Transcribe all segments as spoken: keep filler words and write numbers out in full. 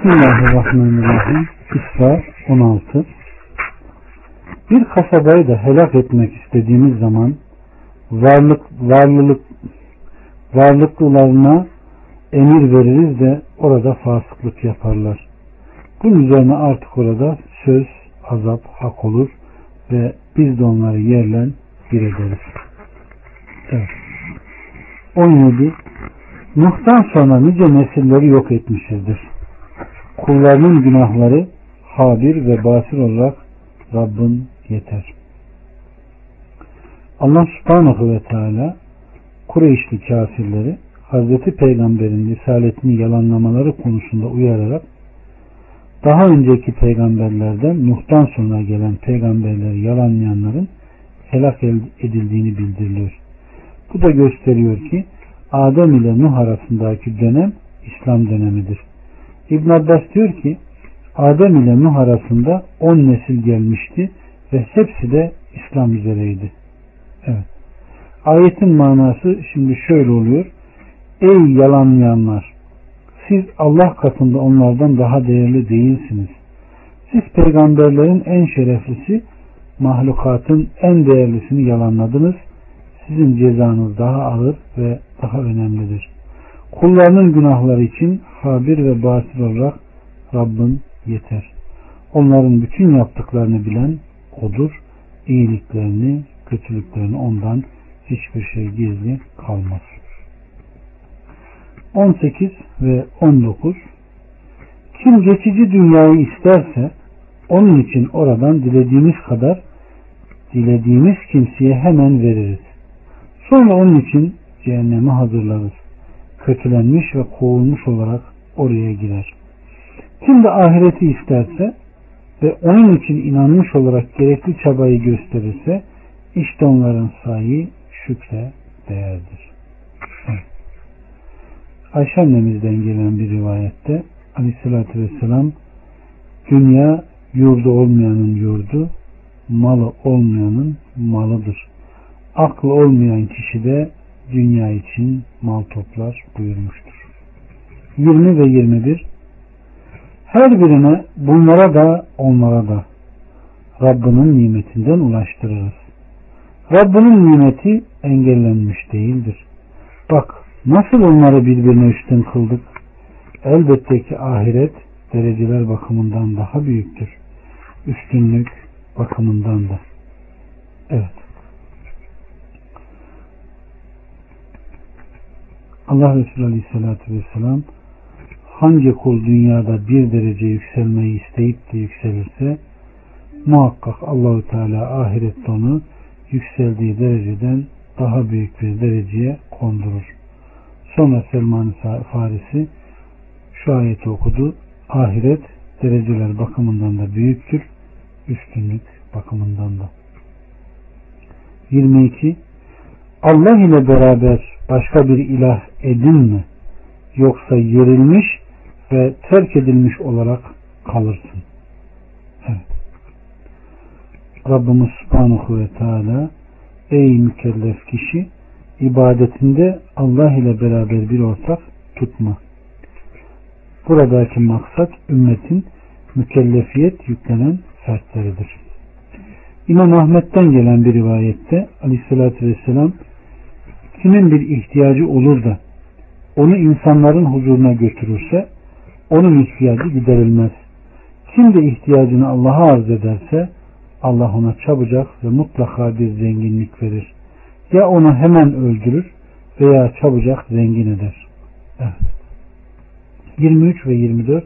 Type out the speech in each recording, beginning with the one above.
Bismillahirrahmanirrahim. İsra on altı. Bir kasabayı da helak etmek istediğimiz zaman varlık varlılık varlıklılarına emir veririz de orada fasıklık yaparlar. Bunun üzerine artık orada söz, azap, hak olur ve biz de onları yerle bir ederiz. Evet. on yedi. Nuh'tan sonra nice nesilleri yok etmişizdir. Kullarının günahları habir ve basir olarak Rabbin yeter. Allah subhanahu ve teala Kureyşli kafirleri Hazreti Peygamber'in risaletini yalanlamaları konusunda uyararak daha önceki peygamberlerden Nuh'tan sonra gelen peygamberleri yalanlayanların helak edildiğini bildiriyor. Bu da gösteriyor ki Adem ile Nuh arasındaki dönem İslam dönemidir. İbn Abbas diyor ki Adem ile Nuh arasında on nesil gelmişti ve hepsi de İslam üzereydi. Evet. Ayetin manası şimdi şöyle oluyor. Ey yalanlayanlar! Siz Allah katında onlardan daha değerli değilsiniz. Siz peygamberlerin en şereflisi, mahlukatın en değerlisini yalanladınız. Sizin cezanız daha ağır ve daha önemlidir. Kullarının günahları için habir ve basir olarak Rabbin yeter. Onların bütün yaptıklarını bilen O'dur. İyiliklerini, kötülüklerini ondan hiçbir şey gizli kalmaz. on sekiz ve on dokuz. Kim geçici dünyayı isterse onun için oradan dilediğimiz kadar dilediğimiz kimseye hemen veririz. Sonra onun için cehennemi hazırlarız. Kötülenmiş ve kovulmuş olarak oraya girer. Kim de ahireti isterse ve onun için inanmış olarak gerekli çabayı gösterirse işte onların sayı şükre değerdir. Evet. Ayşe annemizden gelen bir rivayette Aleyhisselatü Vesselam dünya yurdu olmayanın yurdu, malı olmayanın malıdır. Aklı olmayan kişi de dünya için mal toplar buyurmuştur. yirmi ve yirmi bir. Her birine bunlara da onlara da Rabbinin nimetinden ulaştırırız. Rabbinin nimeti engellenmiş değildir. Bak nasıl onları birbirine üstün kıldık. Elbette ki ahiret dereceler bakımından daha büyüktür. Üstünlük bakımından da. Evet. Allah Resulü Aleyhisselatü Vesselam hangi kul dünyada bir derece yükselmeyi isteyip de yükselirse muhakkak Allahu Teala ahirette onu yükseldiği dereceden daha büyük bir dereceye kondurur. Sonra Selman-ı Farisi şu ayeti okudu. Ahiret dereceler bakımından da büyüktür. Üstünlük bakımından da. yirmi iki. Allah ile beraber başka bir ilah edinme. Yoksa yerilmiş ve terk edilmiş olarak kalırsın. Evet. Rabbimiz Subhanahu ve Teala ey mükellef kişi ibadetinde Allah ile beraber bir ortak tutma. Buradaki maksat ümmetin mükellefiyet yüklenen fertleridir. İmam Ahmet'ten gelen bir rivayette Aleyhisselatü Vesselam kimin bir ihtiyacı olur da onu insanların huzuruna götürürse onun ihtiyacı giderilmez. Kim de ihtiyacını Allah'a arz ederse Allah ona çabucak ve mutlaka bir zenginlik verir. Ya onu hemen öldürür veya çabucak zengin eder. Evet. yirmi üç ve yirmi dört.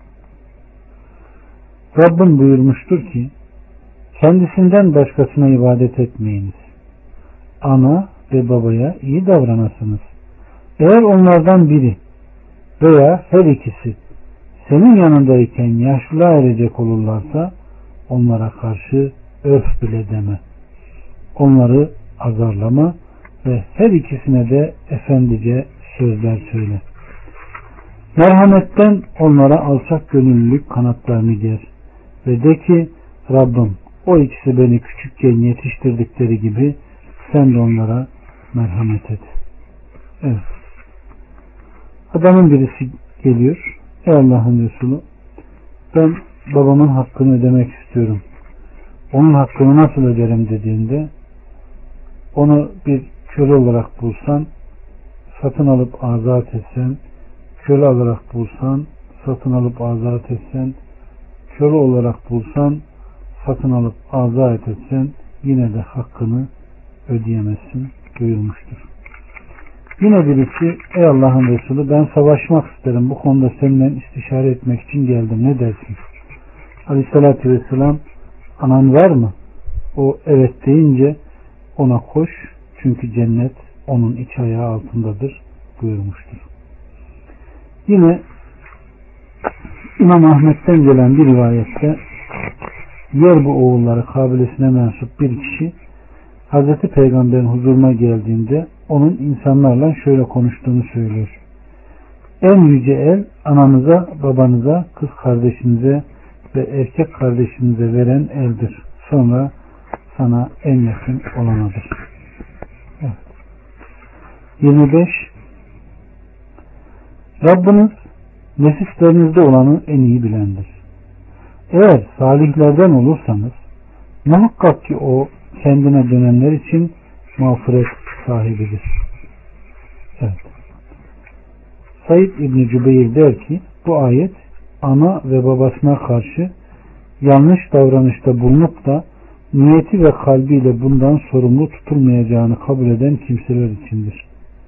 Rabbim buyurmuştur ki kendisinden başkasına ibadet etmeyiniz. Ana ve babaya iyi davranasınız. Eğer onlardan biri veya her ikisi senin yanındayken yaşlılığa erecek olurlarsa onlara karşı öf bile deme. Onları azarlama ve her ikisine de efendice sözler söyle. Merhametten onlara alçak gönüllülük kanatlarını ger ve de ki Rabbim o ikisi beni küçükken yetiştirdikleri gibi sen de onlara merhamet et. Evet. Adamın birisi geliyor Ey Allah'ın Resulü, ben babamın hakkını ödemek istiyorum. Onun hakkını nasıl öderim dediğinde, onu bir köle olarak bulsan, satın alıp azat etsen, köle olarak bulsan, satın alıp azat etsen, köle olarak bulsan, satın alıp azat etsen, yine de hakkını ödeyemezsin buyurmuştur. Yine birisi, ey Allah'ın Resulü, ben savaşmak isterim, bu konuda seninle istişare etmek için geldim, ne dersin? Aleyhissalatü vesselam, anan var mı? O evet deyince ona koş, çünkü cennet onun iki ayağı altındadır buyurmuştur. Yine İmam Ahmet'ten gelen bir rivayette, yer bu oğulları kabilesine mensup bir kişi Hazreti Peygamber'in huzuruna geldiğinde onun insanlarla şöyle konuştuğunu söylüyor. En yüce el ananıza, babanıza, kız kardeşinize ve erkek kardeşinize veren eldir. Sonra sana en yakın olanadır. Evet. yirmi beş Rabbiniz nefislerinizde olanı en iyi bilendir. Eğer salihlerden olursanız muhakkak ki o kendine dönenler için mağfiret sahibidir. Evet. Said İbni Cübeyr der ki, bu ayet ana ve babasına karşı yanlış davranışta bulunup da niyeti ve kalbiyle bundan sorumlu tutulmayacağını kabul eden kimseler içindir.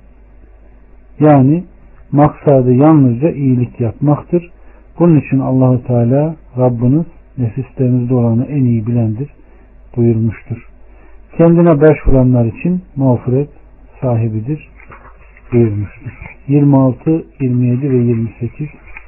Yani maksadı yalnızca iyilik yapmaktır. Bunun için Allahu Teala Rabbiniz nefislerinizde olanı en iyi bilendir buyurmuştur. Kendine başvuranlar için mağfiret sahibidir buyurmuştur. yirmi altı, yirmi yedi ve yirmi sekiz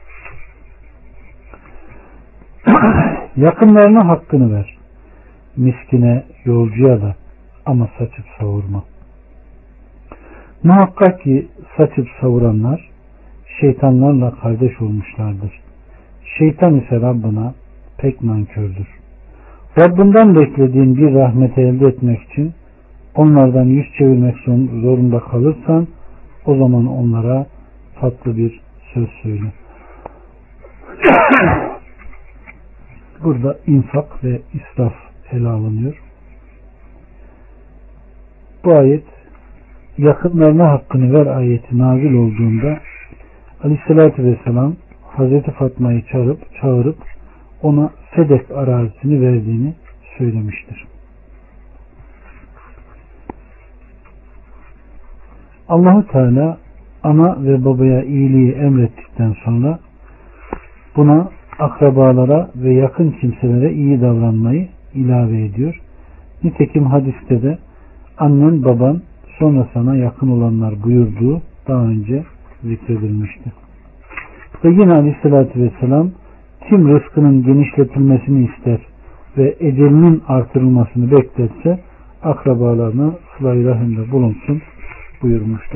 Yakınlarına hakkını ver. Miskine, yolcuya da, ama saçıp savurma. Muhakkak ki saçıp savuranlar şeytanlarla kardeş olmuşlardır. Şeytan ise Rabbına pek nankördür. Rabbinden beklediğin bir rahmeti elde etmek için onlardan yüz çevirmek zorunda kalırsan o zaman onlara tatlı bir söz söyle. Burada infak ve israf ele alınıyor. Bu ayet yakınlarına hakkını ver ayeti nazil olduğunda Aleyhisselatü Vesselam Hazreti Fatma'yı çağırıp, çağırıp ona Fedek arazisini verdiğini söylemiştir. Allah-u Teala ana ve babaya iyiliği emrettikten sonra buna akrabalara ve yakın kimselere iyi davranmayı ilave ediyor. Nitekim hadiste de annen baban sonra sana yakın olanlar buyurduğu daha önce zikredilmişti. Ve yine Aleyhisselatü Vesselam kim rızkının genişletilmesini ister ve ecelinin artırılmasını beklerse akrabalarına sıla-i rahimde bulunsun buyurmuştur.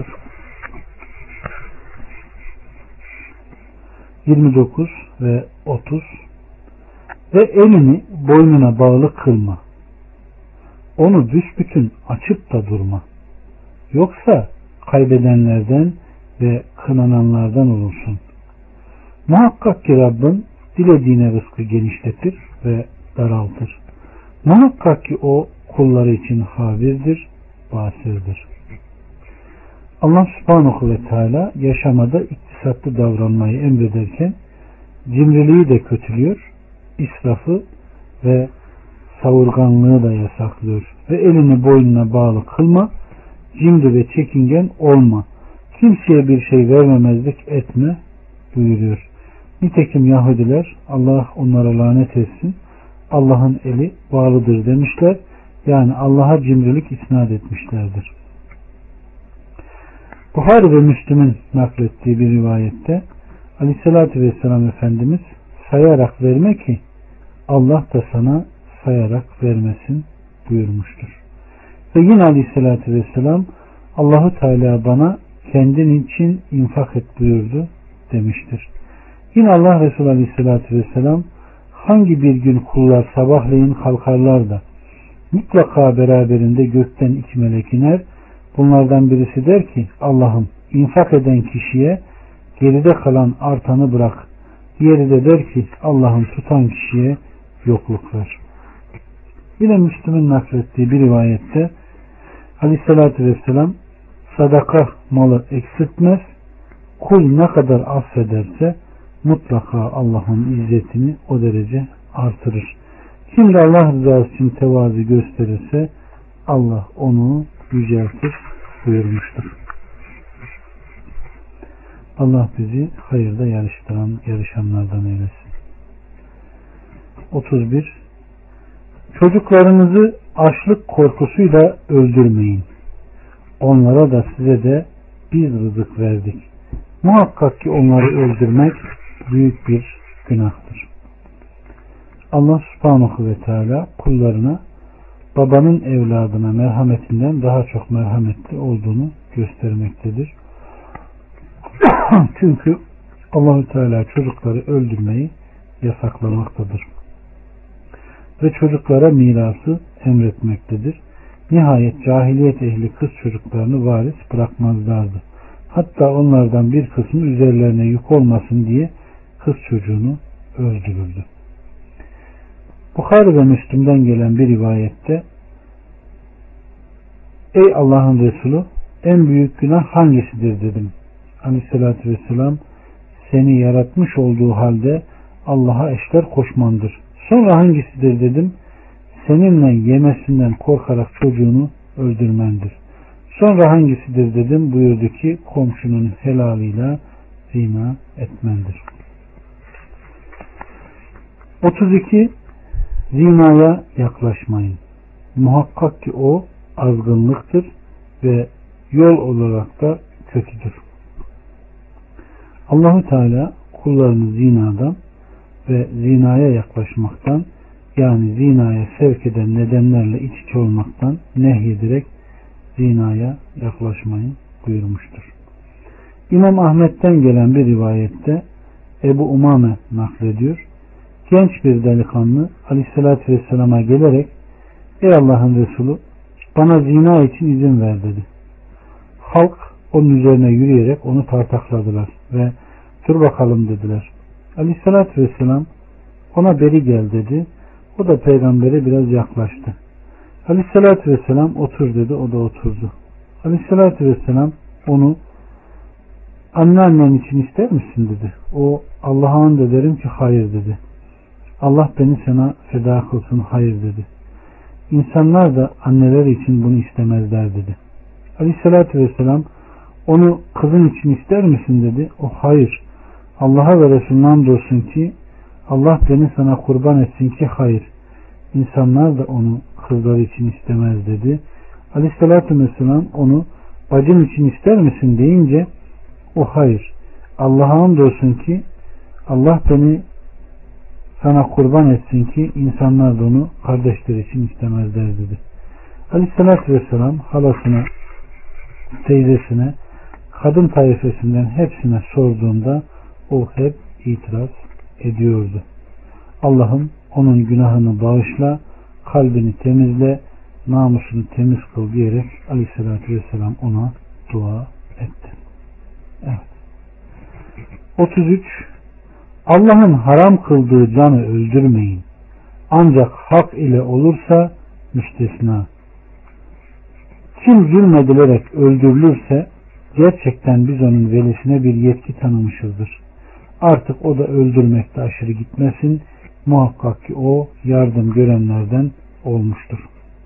yirmi dokuz ve otuz Ve elini boynuna bağlı kılma. Onu büsbütün açıp da durma. Yoksa kaybedenlerden ve kınananlardan olursun. Muhakkak ki Rabbin dilediğine rızkı genişletir ve daraltır. Muhakkak ki o kulları için habirdir, basirdir. Allah Subhanahu ve Teala yaşamada iktisatlı davranmayı emrederken cimriliği de kötülüyor, israfı ve savurganlığı da yasaklıyor. Ve elini boynuna bağlı kılma, cimri ve çekingen olma, kimseye bir şey vermemezlik etme buyuruyor. Nitekim Yahudiler Allah onlara lanet etsin, Allah'ın eli bağlıdır demişler. Yani Allah'a cimrilik isnat etmişlerdir. Buhari ve Müslüm'ün naklettiği bir rivayette Aleyhisselatü Vesselam Efendimiz sayarak verme ki Allah da sana sayarak vermesin buyurmuştur. Ve yine Aleyhisselatü Vesselam Allahu Teala bana kendin için infak et buyurdu demiştir. Yine Allah Resulü Aleyhisselatü Vesselam hangi bir gün kullar sabahleyin kalkarlar da mutlaka beraberinde gökten iki melek iner. Bunlardan birisi der ki Allah'ım infak eden kişiye geride kalan artanı bırak. Diğeri de der ki Allah'ın tutan kişiye yokluk ver. Yine Müslüm'ün naklettiği bir rivayette Aleyhisselatü Vesselam sadaka malı eksiltmez, kul ne kadar affederse mutlaka Allah'ın izzetini o derece artırır. Kim de Allah rızası için tevazu gösterirse Allah onu yüceltir buyurmuştur. Allah bizi hayırda yarıştıran, yarışanlardan eylesin. otuz bir. Çocuklarınızı açlık korkusuyla öldürmeyin. Onlara da size de biz rızık verdik. Muhakkak ki onları öldürmek büyük bir günahtır. Allah subhanahu ve teala kullarına babanın evladına merhametinden daha çok merhametli olduğunu göstermektedir. Çünkü Allah-u Teala çocukları öldürmeyi yasaklamaktadır. Ve çocuklara mirası emretmektedir. Nihayet cahiliyet ehli kız çocuklarını varis bırakmazlardı. Hatta onlardan bir kısmı üzerlerine yük olmasın diye kız çocuğunu öldürürdü. Bukhari ve Müslim'den gelen bir rivayette ey Allah'ın Resulü en büyük günah hangisidir dedim. Aleyhissalatü vesselam seni yaratmış olduğu halde Allah'a eşler koşmandır. Sonra hangisidir dedim. Seninle yemesinden korkarak çocuğunu öldürmendir. Sonra hangisidir dedim. Buyurdu ki komşunun helalıyla zina etmendir. otuz iki. Zinaya yaklaşmayın. Muhakkak ki o azgınlıktır ve yol olarak da kötüdür. Allah-u Teala kullarını zinadan ve zinaya yaklaşmaktan, yani zinaya sevk eden nedenlerle iç içe olmaktan nehyederek zinaya yaklaşmayın buyurmuştur. İmam Ahmet'ten gelen bir rivayette Ebu Umame naklediyor. Genç bir delikanlı Aleyhisselatü Vesselam'a gelerek ey Allah'ın Resulü bana zina için izin ver dedi. Halk onun üzerine yürüyerek onu tartakladılar ve dur bakalım dediler. Aleyhisselatü Vesselam ona beri gel dedi. O da peygambere biraz yaklaştı. Aleyhisselatü Vesselam otur dedi. O da oturdu. Aleyhisselatü Vesselam onu anneannen için ister misin dedi. O Allah'a and ederim ki hayır dedi. Allah beni sana feda kılsın hayır dedi. İnsanlar da anneler için bunu istemezler dedi. Aleyhisselatü Vesselam onu kızın için ister misin dedi. O hayır. Allah'a ve Resulüne andolsun ki Allah beni sana kurban etsin ki hayır. İnsanlar da onu kızları için istemez dedi. Aleyhisselatü Vesselam onu bacım için ister misin deyince o hayır. Allah'a andolsun ki Allah beni sana kurban etsin ki insanlar da onu kardeşleri için istemezler dedi. Aleyhisselatü Vesselam halasına, teyzesine, kadın tayfesinden hepsine sorduğunda o hep itiraz ediyordu. Allah'ım onun günahını bağışla, kalbini temizle, namusunu temiz kıl diyerek Aleyhisselatü Vesselam ona dua etti. Evet. otuz üç. Allah'ın haram kıldığı canı öldürmeyin. Ancak hak ile olursa müstesna. Kim zulmedilerek öldürülürse gerçekten biz onun velisine bir yetki tanımışızdır. Artık o da öldürmekte aşırı gitmesin. Muhakkak ki o yardım görenlerden olmuştur.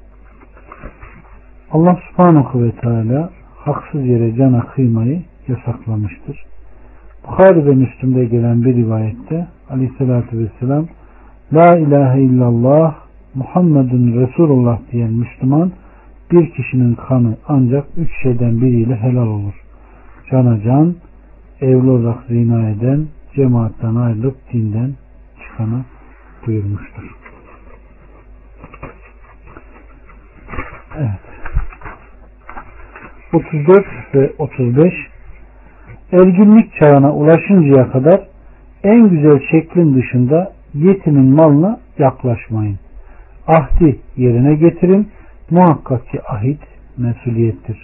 Allah subhanahu ve teala haksız yere cana kıymayı yasaklamıştır. Bukhari ve Müslim'de gelen bir rivayette Aleyhisselatü Vesselam La ilahe illallah Muhammedun Resulullah diyen Müslüman bir kişinin kanı ancak üç şeyden biriyle helal olur. Cana can, evli olarak zina eden, cemaatten ayrılıp dinden çıkana buyurmuştur. Evet. otuz dört ve otuz beş. Erginlik çağına ulaşıncaya kadar en güzel şeklin dışında yetimin malına yaklaşmayın. Ahdi yerine getirin. Muhakkak ki ahit mesuliyettir.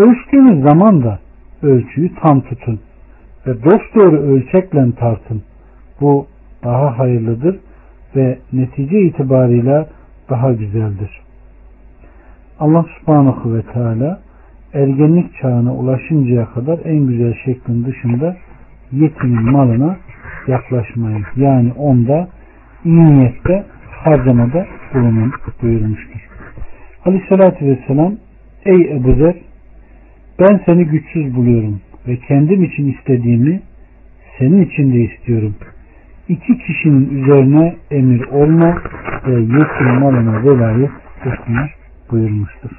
Ölçtüğünüz zaman da ölçüyü tam tutun ve dosdoğru ölçekle tartın. Bu daha hayırlıdır ve netice itibarıyla daha güzeldir. Allah subhanahu ve teala ergenlik çağına ulaşıncaya kadar en güzel şeklin dışında yetimin malına yaklaşmayın. Yani onda iyi niyette harcamada bulunun buyurmuştur. Aleyhissalatü vesselam, ey Ebu Zer, ben seni güçsüz buluyorum ve kendim için istediğimi senin için de istiyorum. İki kişinin üzerine emir olma ve yetim malına velayet etme buyurmuştur.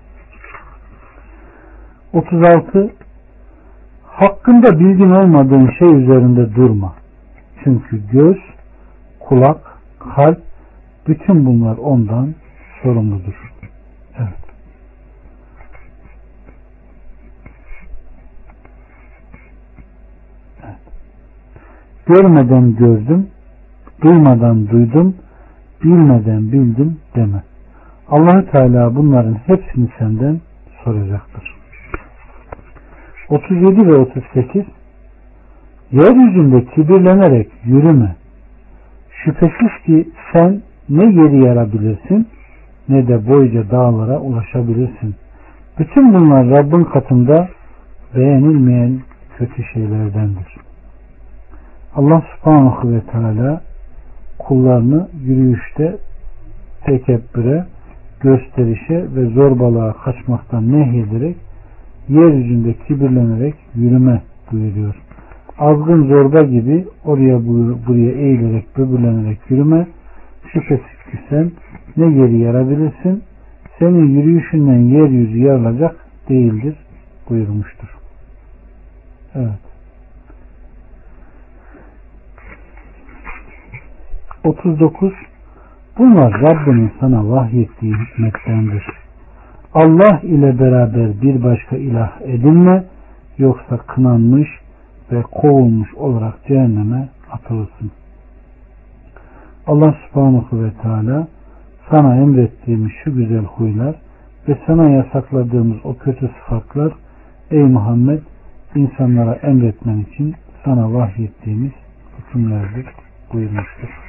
otuz altı Hakkında bilgin olmadığın şey üzerinde durma. Çünkü göz, kulak, kalp, bütün bunlar ondan sorumludur. Evet. Evet. Görmeden gördüm, duymadan duydum, bilmeden bildim deme. Allah-u Teala bunların hepsini senden soracaktır. otuz yedi ve otuz sekiz Yeryüzünde kibirlenerek yürüme. Şüphesiz ki sen ne yeri yarabilirsin ne de boyca dağlara ulaşabilirsin. Bütün bunlar Rabbin katında beğenilmeyen kötü şeylerdendir. Allah subhanahu ve teala kullarını yürüyüşte tekebbüre, gösterişe ve zorbalığa kaçmaktan nehyederek yeryüzünde kibirlenerek yürüme buyuruyor. Azgın zorba gibi oraya buraya eğilerek böbürlenerek yürüme. Şüphesiz ki sen ne yeri yarabilirsin, senin yürüyüşünden yeryüzü yarılacak değildir buyurmuştur. Evet. otuz dokuz Bunlar Rabbinin sana vahyettiği hikmettendir. Allah ile beraber bir başka ilah edinme, yoksa kınanmış ve kovulmuş olarak cehenneme atılırsın. Allah subhanahu ve teala sana emrettiğimiz şu güzel huylar ve sana yasakladığımız o kötü sıfatlar, ey Muhammed, insanlara emretmen için sana vahyettiğimiz hükümlerdir buyurmuştur.